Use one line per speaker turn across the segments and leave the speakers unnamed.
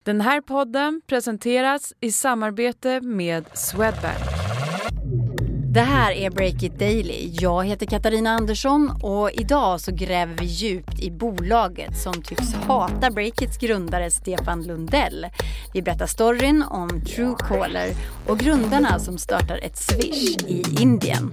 Den här podden presenteras i samarbete med Swedbank.
Det här är Break It Daily. Jag heter Katarina Andersson och idag så gräver vi djupt i bolaget som tycks hata Breakits grundare Stefan Lundell. Vi berättar storyn om Truecaller och grundarna som startar ett Swish i Indien.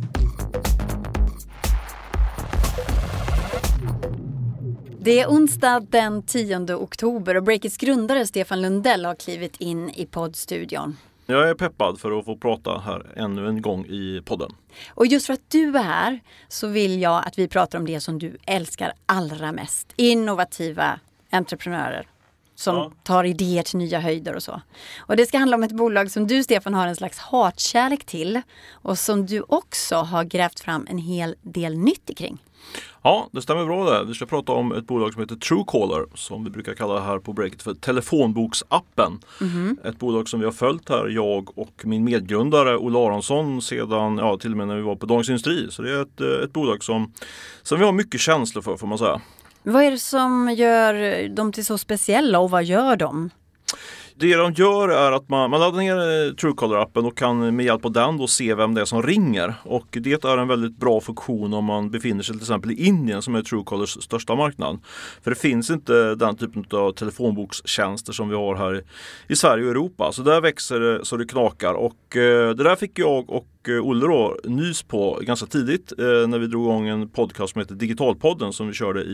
Det är onsdag den 10 oktober och Breakits grundare Stefan Lundell har klivit in i poddstudion.
Jag är peppad för att få prata här ännu en gång i podden.
Och just för att du är här så vill jag att vi pratar om det som du älskar allra mest. Innovativa entreprenörer som tar idéer till nya höjder och så. Och det ska handla om ett bolag som du, Stefan, har en slags hatkärlek till och som du också har grävt fram en hel del nytt kring.
Ja, det stämmer bra det. Vi ska prata om ett bolag som heter Truecaller, som vi brukar kalla här på Breakit för telefonboksappen. Ett bolag som vi har följt här, jag och min medgrundare Olle Aronsson sedan, till och med när vi var på Dagens Industri. Så det är ett bolag som vi har mycket känslor för, får man säga.
Vad är det som gör dem till så speciella och vad gör de?
Det de gör är att man laddar ner Truecaller-appen och kan med hjälp av den då se vem det är som ringer. Och det är en väldigt bra funktion om man befinner sig till exempel i Indien som är Truecallers största marknad. För det finns inte den typen av telefonbokstjänster som vi har här i Sverige och Europa. Så där växer det så det knakar. Och det där fick jag och Olle då nys på ganska tidigt när vi drog igång en podcast som heter Digitalpodden som vi körde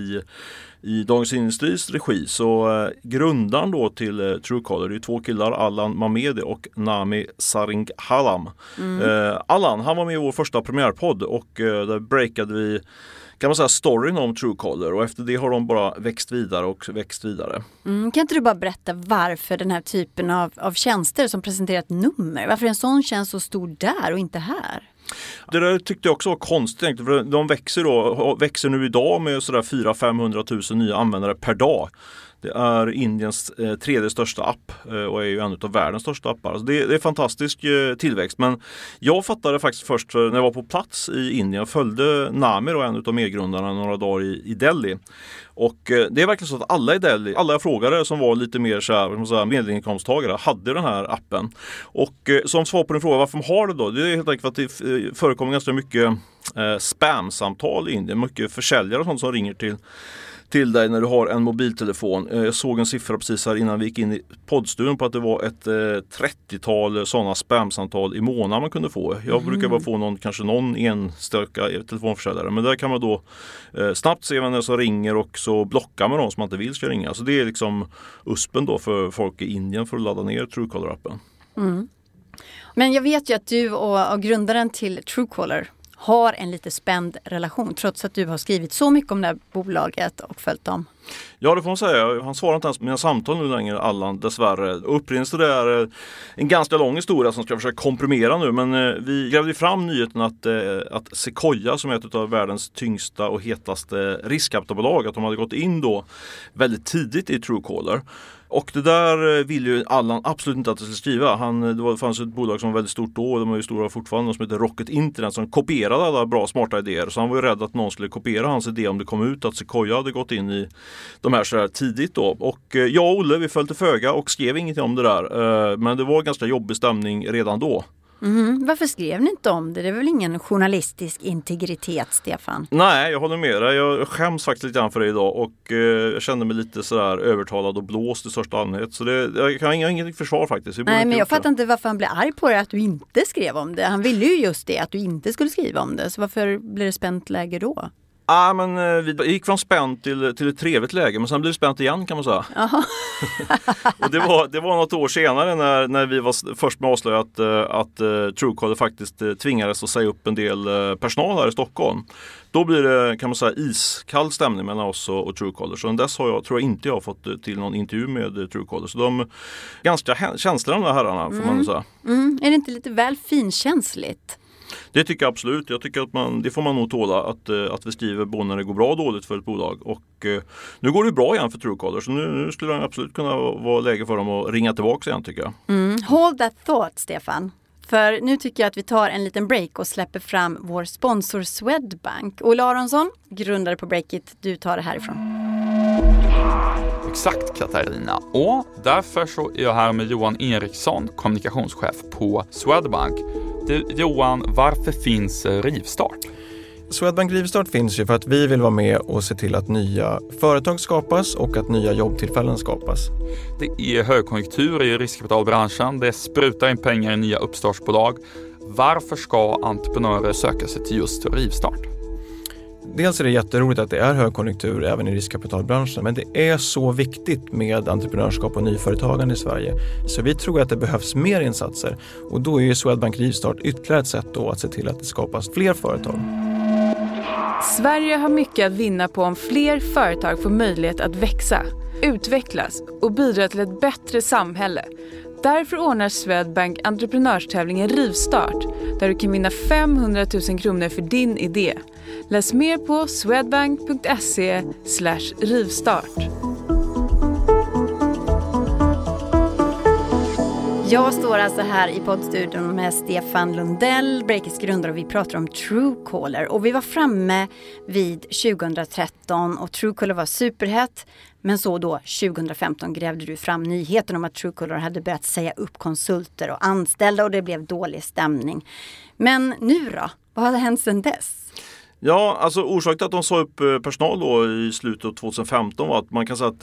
i Dagens Industris regi. Så grundaren då till Truecaller, det är 2 killar, Allan Mamedi och Nami Saringhalam. Allan, han var med i vår första premiärpodd och där breakade vi, kan man säga, storyn om Truecaller, och efter det har de bara växt vidare.
Kan inte du bara berätta varför den här typen av tjänster som presenterar ett nummer, varför en sån tjänst så stor där och inte här?
Det där tyckte jag också var konstigt, för de växer nu idag med sådär 400-500 000 nya användare per dag. Det är Indiens tredje största app och är ju en av världens största appar. Alltså det är fantastisk tillväxt, men jag fattade faktiskt först när jag var på plats i Indien och följde Nami, då, en av medgrundarna, några dagar i Delhi. Och det är verkligen så att alla i Delhi, alla jag frågade som var lite mer så här medelinkomsttagare, hade den här appen. Och som svar på din fråga varför de har det då, det är helt enkelt för att det förekommer ganska mycket spam-samtal i Indien, mycket försäljare och sånt som ringer till dig när du har en mobiltelefon. Jag såg en siffra precis här innan vi gick in i poddstudion på att det var ett 30-tal sådana spamsamtal i månaden man kunde få. Jag brukar bara få kanske någon enstaka telefonförsäljare, men där kan man då snabbt se vem det är som ringer och så blockar man dem som man inte vill ska ringa. Så det är liksom USPen då för folk i Indien för att ladda ner Truecaller-appen.
Men jag vet ju att du och grundaren till Truecaller har en lite spänd relation trots att du har skrivit så mycket om det här bolaget och följt dem.
Ja, det får man säga. Han svarar inte ens på mina samtal nu längre, Allan, dessvärre. Upprinnelsen det är en ganska lång historia som ska försöka komprimera nu, men vi grävde fram nyheten att Sequoia, som är ett av världens tyngsta och hetaste riskkapitalbolag, att de hade gått in då väldigt tidigt i Truecaller. Och det där vill ju Allan absolut inte att det skulle skriva. Det fanns ett bolag som var väldigt stort då, och de är ju stora fortfarande, som heter Rocket Internet, som kopierade alla bra smarta idéer. Så han var ju rädd att någon skulle kopiera hans idé om det kom ut att Sequoia hade gått in i de här så här tidigt då. Och jag och Olle, vi följde föga och skrev ingenting om det där. Men det var ganska jobbig stämning redan då.
Varför skrev ni inte om det? Det är väl ingen journalistisk integritet, Stefan?
Nej, jag håller med dig. Jag skäms faktiskt lite grann för det idag och jag kände mig lite sådär övertalad och blåst i största allmänhet. Så jag kan inget försvar faktiskt.
Nej, men jag fattar inte varför han blev arg på det att du inte skrev om det. Han ville ju just det, att du inte skulle skriva om det. Så varför blir det spänt läge då?
Ja, men vi gick från spänt till ett trevligt läge, men sen blev det spänt igen, kan man säga. Och det var något år senare när vi var först med avslöjat att Truecaller faktiskt tvingades att säga upp en del personal här i Stockholm. Då blir det, kan man säga, iskall stämning mellan oss och Truecaller. Så dess tror jag inte jag har fått till någon intervju med Truecaller. Så de är ganska känsliga, de här herrarna, får man säga.
Är det inte lite väl finkänsligt?
Det tycker jag absolut. Jag tycker att det får man nog tåla att vi skriver både när det går bra och dåligt för ett bolag. Och nu går det bra igen för Truecaller, så nu skulle det absolut kunna vara läge för dem att ringa tillbaka igen, tycker jag.
Hold that thought, Stefan. För nu tycker jag att vi tar en liten break och släpper fram vår sponsor Swedbank. Olle Aronsson, grundare på Breakit, du tar det härifrån.
Exakt, Katarina. Och därför så är jag här med Johan Eriksson, kommunikationschef på Swedbank. Johan, varför finns Rivstart?
Swedbank Rivstart finns ju för att vi vill vara med och se till att nya företag skapas och att nya jobbtillfällen skapas.
Det är högkonjunktur i riskkapitalbranschen, det sprutar in pengar i nya uppstartsbolag. Varför ska entreprenörer söka sig till just Rivstart?
Dels är det jätteroligt att det är högkonjunktur även i riskkapitalbranschen, men det är så viktigt med entreprenörskap och nyföretagande i Sverige. Så vi tror att det behövs mer insatser och då är ju Swedbank Rivstart ytterligare ett sätt då att se till att det skapas fler företag.
Sverige har mycket att vinna på om fler företag får möjlighet att växa, utvecklas och bidra till ett bättre samhälle. Därför ordnar Swedbank entreprenörstävlingen Rivstart där du kan vinna 500 000 kronor för din idé. Läs mer på swedbank.se/rivstart.
Jag står alltså här i poddstudion med Stefan Lundell, Breakits grundare, och vi pratar om Truecaller. Och vi var framme vid 2013 och Truecaller var superhett. Men så då 2015 grävde du fram nyheten om att Truecaller hade börjat säga upp konsulter och anställda och det blev dålig stämning. Men nu då? Vad har hänt sedan dess?
Ja, alltså orsaken till att de sa upp personal då i slutet av 2015 var att man kan säga att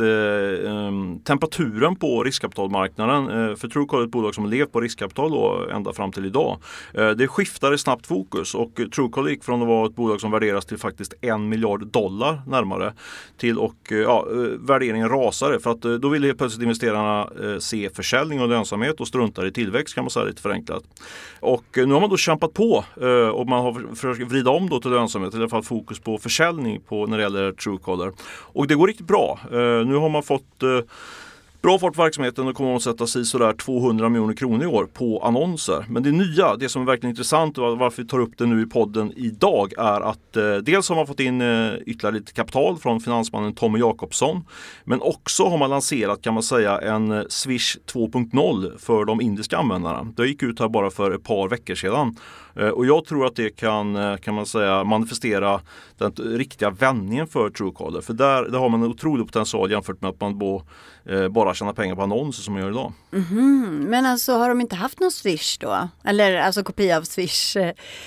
temperaturen på riskkapitalmarknaden, för Truecaller är ett bolag som levt på riskkapital då, ända fram till idag, det skiftar i snabbt fokus och Truecaller gick från att vara ett bolag som värderas till faktiskt $1 miljard närmare till och värderingen rasade för att då ville plötsligt investerarna se försäljning och lönsamhet och struntar i tillväxt kan man säga lite förenklat. Och nu har man då kämpat på och man har försökt vrida om då till lönsamhet, i alla fall fokus på försäljning när det gäller Truecaller. Och det går riktigt bra. Nu har man fått bra fart på verksamheten och kommer att sätta sig sådär 200 miljoner kronor i år på annonser. Men det nya, det som är verkligen intressant och varför vi tar upp det nu i podden idag är att dels har man fått in ytterligare lite kapital från finansmannen Tommy Jakobsson. Men också har man lanserat kan man säga en Swish 2.0 för de indiska användarna. Det gick ut här bara för ett par veckor sedan. Och jag tror att det kan man säga manifestera den riktiga vändningen för Truecaller. För där har man en otrolig potential jämfört med att man bara tjänar pengar på annonser som man gör idag.
Men alltså har de inte haft någon Swish då? Eller alltså kopia av Swish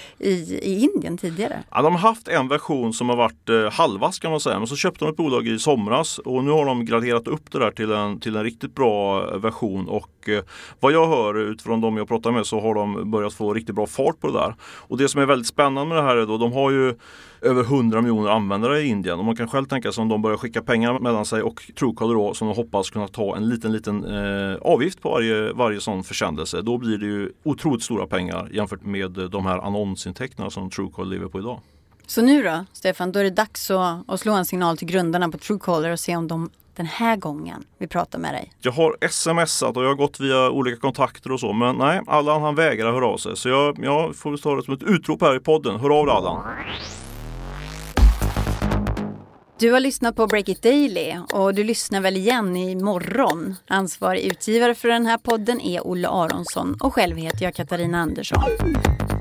i Indien tidigare?
Ja, de har haft en version som har varit halvas kan man säga. Men så köpte de ett bolag i somras och nu har de graderat upp det där till en riktigt bra version. Och vad jag hör utifrån de jag pratar med så har de börjat få riktigt bra fart på det där. Och det som är väldigt spännande med det här är då, de har ju över 100 miljoner användare i Indien och man kan själv tänka sig om de börjar skicka pengar mellan sig och Truecaller då som de hoppas kunna ta en liten avgift på varje sån försändelse. Då blir det ju otroligt stora pengar jämfört med de här annonsintäkterna som Truecaller lever på idag.
Så nu då, Stefan, då är det dags att slå en signal till grundarna på Truecaller och se om de den här gången vi pratar med dig.
Jag har smsat och jag har gått via olika kontakter och så. Men nej, Allan han vägrar höra av sig. Så jag får ta det som ett utrop här i podden. Hör av dig Allan.
Du har lyssnat på Break It Daily och du lyssnar väl igen imorgon. Ansvarig utgivare för den här podden är Olle Aronsson och själv heter jag Katarina Andersson.